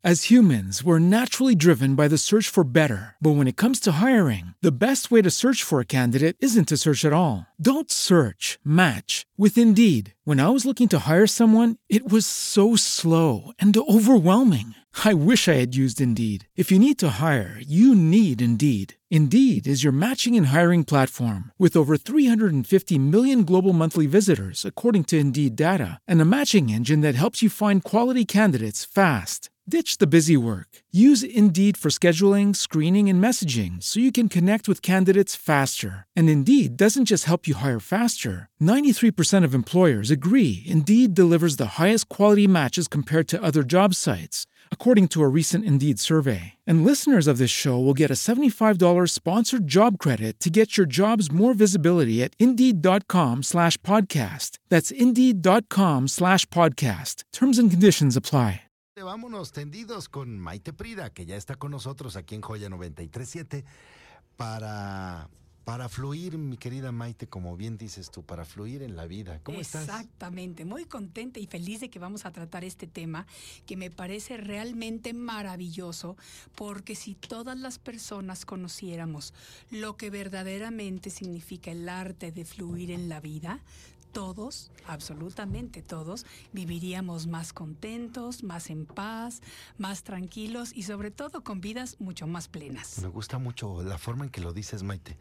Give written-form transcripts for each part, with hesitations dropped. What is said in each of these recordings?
As humans, we're naturally driven by the search for better. But when it comes to hiring, the best way to search for a candidate isn't to search at all. Don't search, match with Indeed. When I was looking to hire someone, it was so slow and overwhelming. I wish I had used Indeed. If you need to hire, you need Indeed. Indeed is your matching and hiring platform with over 350 million global monthly visitors, according to Indeed data, and a matching engine that helps you find quality candidates fast. Ditch the busy work. Use Indeed for scheduling, screening, and messaging so you can connect with candidates faster. And Indeed doesn't just help you hire faster. 93% of employers agree Indeed delivers the highest quality matches compared to other job sites, according to a recent Indeed survey. And listeners of this show will get a $75 sponsored job credit to get your jobs more visibility at Indeed.com/podcast. That's Indeed.com/podcast. Terms and conditions apply. Vámonos tendidos con Maite Prida, que ya está con nosotros aquí en Joya 93.7 para fluir, mi querida Maite, como bien dices tú, para fluir en la vida. ¿Cómo estás? Exactamente, muy contenta y feliz de que vamos a tratar este tema que me parece realmente maravilloso, porque si todas las personas conociéramos lo que verdaderamente significa el arte de fluir en la vida, todos, absolutamente todos, viviríamos más contentos, más en paz, más tranquilos y sobre todo con vidas mucho más plenas. Me gusta mucho la forma en que lo dices, Maite.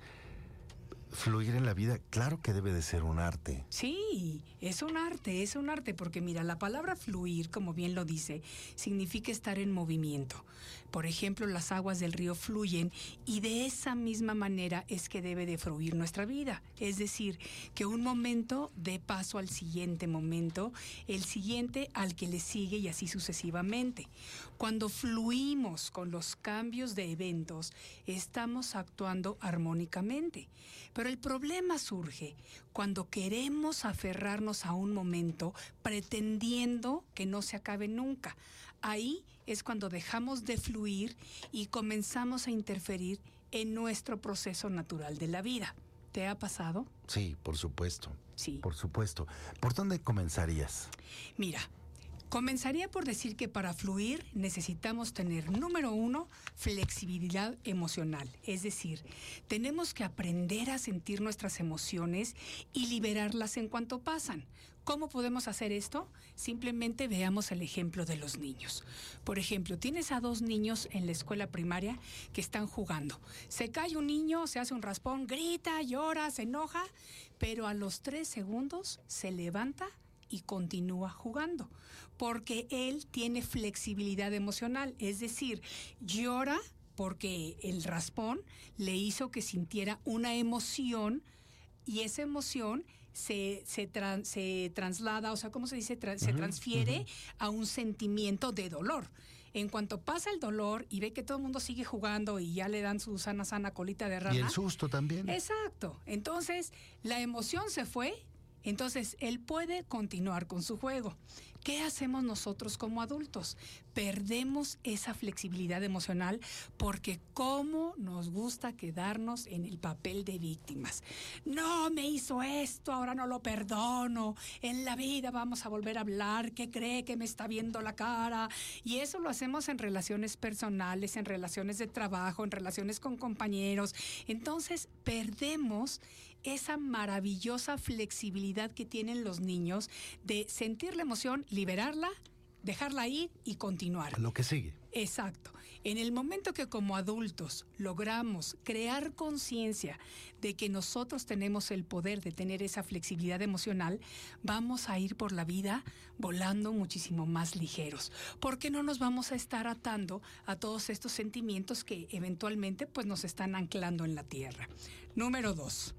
Fluir en la vida, claro que debe de ser un arte. Sí, es un arte, porque mira, la palabra fluir, como bien lo dice, significa estar en movimiento. Por ejemplo, las aguas del río fluyen y de esa misma manera es que debe de fluir nuestra vida. Es decir, que un momento dé paso al siguiente momento, el siguiente al que le sigue y así sucesivamente. Cuando fluimos con los cambios de eventos, estamos actuando armónicamente. Pero el problema surge cuando queremos aferrarnos a un momento pretendiendo que no se acabe nunca. Ahí es cuando dejamos de fluir y comenzamos a interferir en nuestro proceso natural de la vida. ¿Te ha pasado? Sí, por supuesto. Sí. Por supuesto. ¿Por dónde comenzarías? Mira, comenzaría por decir que para fluir necesitamos tener, número 1, flexibilidad emocional. Es decir, tenemos que aprender a sentir nuestras emociones y liberarlas en cuanto pasan. ¿Cómo podemos hacer esto? Simplemente veamos el ejemplo de los niños. Por ejemplo, tienes a 2 niños en la escuela primaria que están jugando. Se cae un niño, se hace un raspón, grita, llora, se enoja, pero a los 3 segundos se levanta y continúa jugando, porque él tiene flexibilidad emocional, es decir, llora porque el raspón le hizo que sintiera una emoción y esa emoción se traslada, o sea, ¿cómo se dice? Se transfiere a un sentimiento de dolor. En cuanto pasa el dolor y ve que todo el mundo sigue jugando y ya le dan su sana colita de rana. Y el susto también. Exacto. Entonces, la emoción se fue. Entonces, él puede continuar con su juego. ¿Qué hacemos nosotros como adultos? Perdemos esa flexibilidad emocional porque cómo nos gusta quedarnos en el papel de víctimas. No, me hizo esto, ahora no lo perdono. En la vida vamos a volver a hablar. ¿Qué cree que me está viendo la cara? Y eso lo hacemos en relaciones personales, en relaciones de trabajo, en relaciones con compañeros. Entonces, perdemos esa maravillosa flexibilidad que tienen los niños de sentir la emoción, liberarla, dejarla ir y continuar. Lo que sigue. Exacto. En el momento que como adultos logramos crear conciencia de que nosotros tenemos el poder de tener esa flexibilidad emocional, vamos a ir por la vida volando muchísimo más ligeros, porque no nos vamos a estar atando a todos estos sentimientos que eventualmente pues nos están anclando en la tierra. Número 2.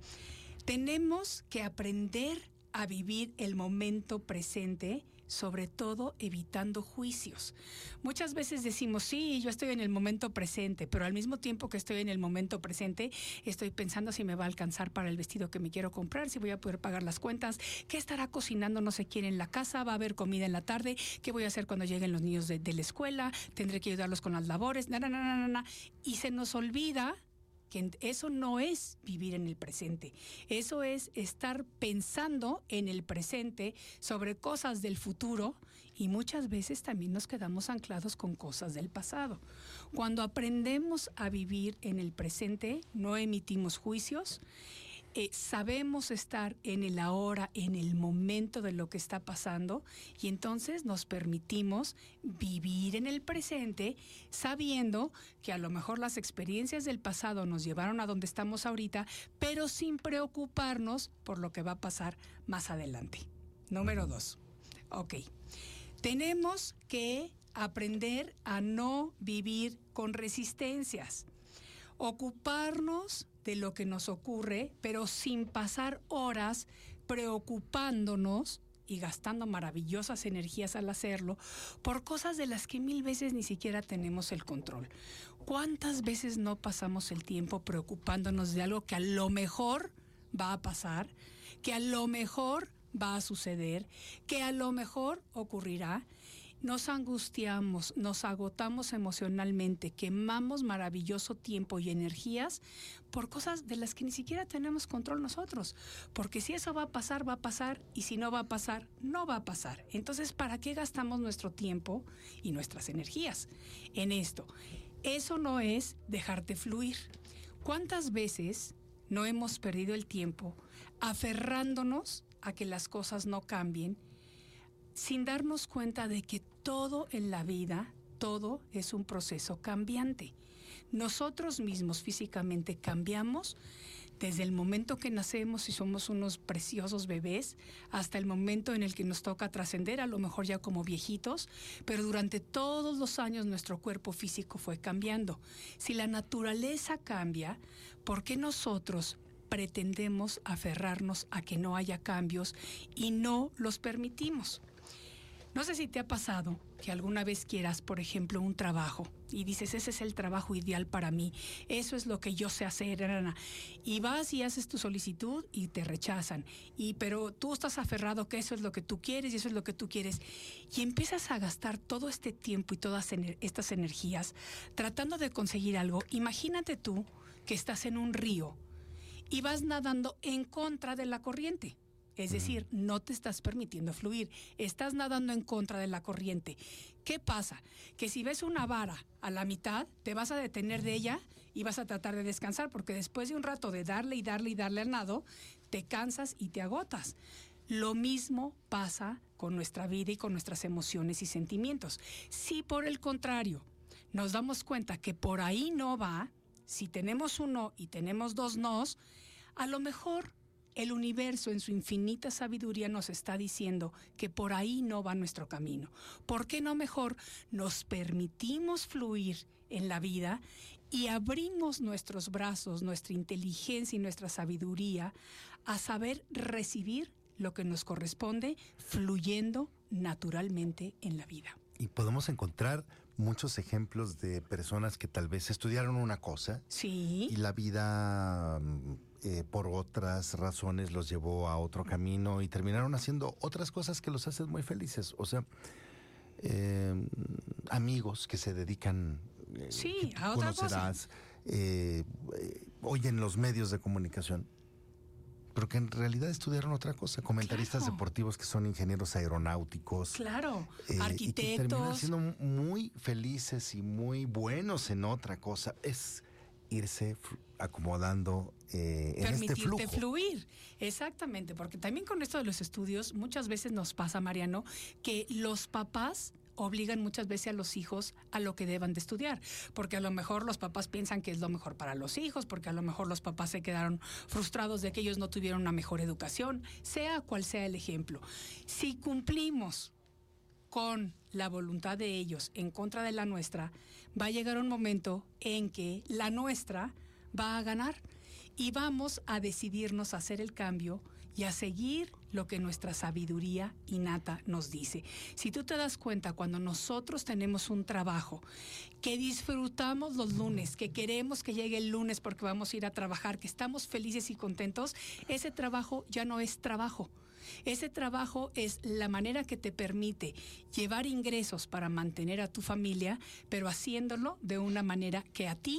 Tenemos que aprender a vivir el momento presente, sobre todo evitando juicios. Muchas veces decimos, sí, yo estoy en el momento presente, pero al mismo tiempo que estoy en el momento presente, estoy pensando si me va a alcanzar para el vestido que me quiero comprar, si voy a poder pagar las cuentas, qué estará cocinando no sé quién en la casa, va a haber comida en la tarde, qué voy a hacer cuando lleguen los niños de la escuela, tendré que ayudarlos con las labores, y se nos olvida que eso no es vivir en el presente. Eso es estar pensando en el presente sobre cosas del futuro Y muchas veces también nos quedamos anclados con cosas del pasado. Cuando aprendemos a vivir en el presente, no emitimos juicios, sabemos estar en el ahora, en el momento de lo que está pasando, y entonces nos permitimos vivir en el presente sabiendo que a lo mejor las experiencias del pasado nos llevaron a donde estamos ahorita, pero sin preocuparnos por lo que va a pasar más adelante. Número 2. Ok. Tenemos que aprender a no vivir con resistencias. Ocuparnos de lo que nos ocurre, pero sin pasar horas preocupándonos y gastando maravillosas energías al hacerlo por cosas de las que 1000 veces ni siquiera tenemos el control. ¿Cuántas veces no pasamos el tiempo preocupándonos de algo que a lo mejor va a pasar, que a lo mejor va a suceder, que a lo mejor ocurrirá? Nos angustiamos, nos agotamos emocionalmente, quemamos maravilloso tiempo y energías por cosas de las que ni siquiera tenemos control nosotros. Porque si eso va a pasar, y si no va a pasar, no va a pasar. Entonces, ¿para qué gastamos nuestro tiempo y nuestras energías en esto? Eso no es dejarte fluir. ¿Cuántas veces no hemos perdido el tiempo aferrándonos a que las cosas no cambien, sin darnos cuenta de que todo en la vida, todo es un proceso cambiante? Nosotros mismos físicamente cambiamos desde el momento que nacemos y somos unos preciosos bebés hasta el momento en el que nos toca trascender, a lo mejor ya como viejitos, pero durante todos los años nuestro cuerpo físico fue cambiando. Si la naturaleza cambia, ¿por qué nosotros pretendemos aferrarnos a que no haya cambios y no los permitimos? No sé si te ha pasado que alguna vez quieras, por ejemplo, un trabajo y dices, ese es el trabajo ideal para mí, eso es lo que yo sé hacer, y vas y haces tu solicitud y te rechazan, pero tú estás aferrado que eso es lo que tú quieres y eso es lo que tú quieres, y empiezas a gastar todo este tiempo y todas estas energías tratando de conseguir algo. Imagínate tú que estás en un río y vas nadando en contra de la corriente. Es decir, no te estás permitiendo fluir, estás nadando en contra de la corriente. ¿Qué pasa? Que si ves una vara a la mitad, te vas a detener de ella y vas a tratar de descansar, porque después de un rato de darle y darle y darle al nado, te cansas y te agotas. Lo mismo pasa con nuestra vida y con nuestras emociones y sentimientos. Si por el contrario nos damos cuenta que por ahí no va, si tenemos un no y tenemos dos nos, a lo mejor el universo en su infinita sabiduría nos está diciendo que por ahí no va nuestro camino. ¿Por qué no mejor nos permitimos fluir en la vida y abrimos nuestros brazos, nuestra inteligencia y nuestra sabiduría a saber recibir lo que nos corresponde, fluyendo naturalmente en la vida? Y podemos encontrar muchos ejemplos de personas que tal vez estudiaron una cosa, sí, y la vida por otras razones los llevó a otro camino y terminaron haciendo otras cosas que los hacen muy felices. O sea, amigos que se dedican, sí, que a otra cosa. Hoy en los medios de comunicación, pero que en realidad estudiaron otra cosa. Comentaristas deportivos que son ingenieros aeronáuticos. Claro, arquitectos. Y que terminan siendo muy felices y muy buenos en otra cosa. Es irse acomodando en este flujo. Permitirte fluir, exactamente, porque también con esto de los estudios muchas veces nos pasa, Mariano, que los papás obligan muchas veces a los hijos a lo que deban de estudiar, porque a lo mejor los papás piensan que es lo mejor para los hijos, porque a lo mejor los papás se quedaron frustrados de que ellos no tuvieron una mejor educación, sea cual sea el ejemplo. Si cumplimos con la voluntad de ellos en contra de la nuestra, va a llegar un momento en que la nuestra va a ganar y vamos a decidirnos a hacer el cambio y a seguir lo que nuestra sabiduría innata nos dice. Si tú te das cuenta, cuando nosotros tenemos un trabajo que disfrutamos los lunes, que queremos que llegue el lunes porque vamos a ir a trabajar, que estamos felices y contentos, ese trabajo ya no es trabajo. Ese trabajo es la manera que te permite llevar ingresos para mantener a tu familia, pero haciéndolo de una manera que a ti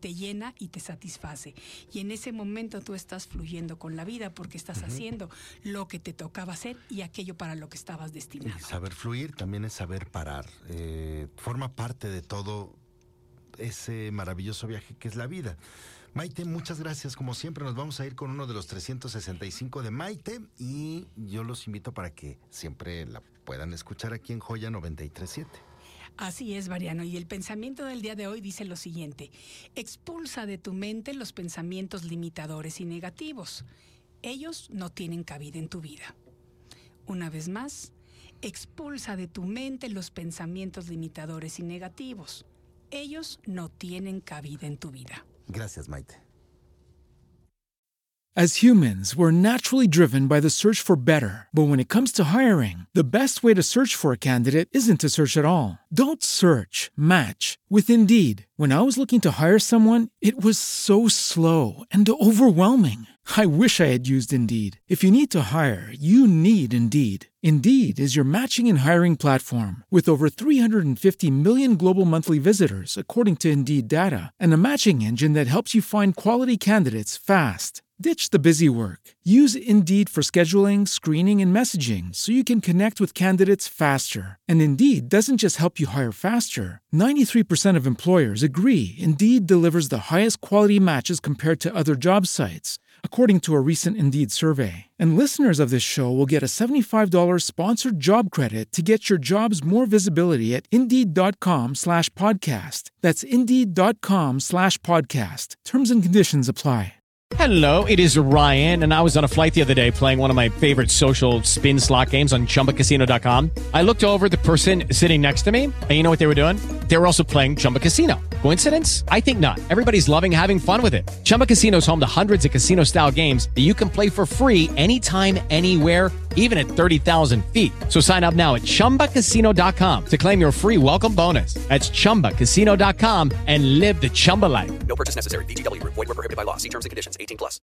te llena y te satisface. Y en ese momento tú estás fluyendo con la vida porque estás haciendo lo que te tocaba hacer y aquello para lo que estabas destinado. Y saber fluir también es saber parar. Forma parte de todo ese maravilloso viaje que es la vida. Maite, muchas gracias. Como siempre, nos vamos a ir con uno de los 365 de Maite y yo los invito para que siempre la puedan escuchar aquí en Joya 93.7. Así es, Mariano. Y el pensamiento del día de hoy dice lo siguiente: expulsa de tu mente los pensamientos limitadores y negativos. Ellos no tienen cabida en tu vida. Una vez más, expulsa de tu mente los pensamientos limitadores y negativos. Ellos no tienen cabida en tu vida. Gracias, Maite. As humans, we're naturally driven by the search for better. But when it comes to hiring, the best way to search for a candidate isn't to search at all. Don't search, match with Indeed. When I was looking to hire someone, it was so slow and overwhelming. I wish I had used Indeed. If you need to hire, you need Indeed. Indeed is your matching and hiring platform with over 350 million global monthly visitors, according to Indeed data, and a matching engine that helps you find quality candidates fast. Ditch the busy work. Use Indeed for scheduling, screening, and messaging so you can connect with candidates faster. And Indeed doesn't just help you hire faster. 93% of employers agree Indeed delivers the highest quality matches compared to other job sites, according to a recent Indeed survey. And listeners of this show will get a $75 sponsored job credit to get your jobs more visibility at Indeed.com/podcast. That's Indeed.com/podcast. Terms and conditions apply. Hello, it is Ryan, and I was on a flight the other day playing one of my favorite social spin slot games on ChumbaCasino.com. I looked over at the person sitting next to me, and you know what they were doing? They were also playing Chumba Casino. Coincidence? I think not. Everybody's loving having fun with it. Chumba Casino is home to hundreds of casino-style games that you can play for free anytime, anywhere, even at 30,000 feet. So sign up now at ChumbaCasino.com to claim your free welcome bonus. That's ChumbaCasino.com and live the Chumba life. No purchase necessary. VGW. Void where prohibited by law. See terms and conditions. 18+.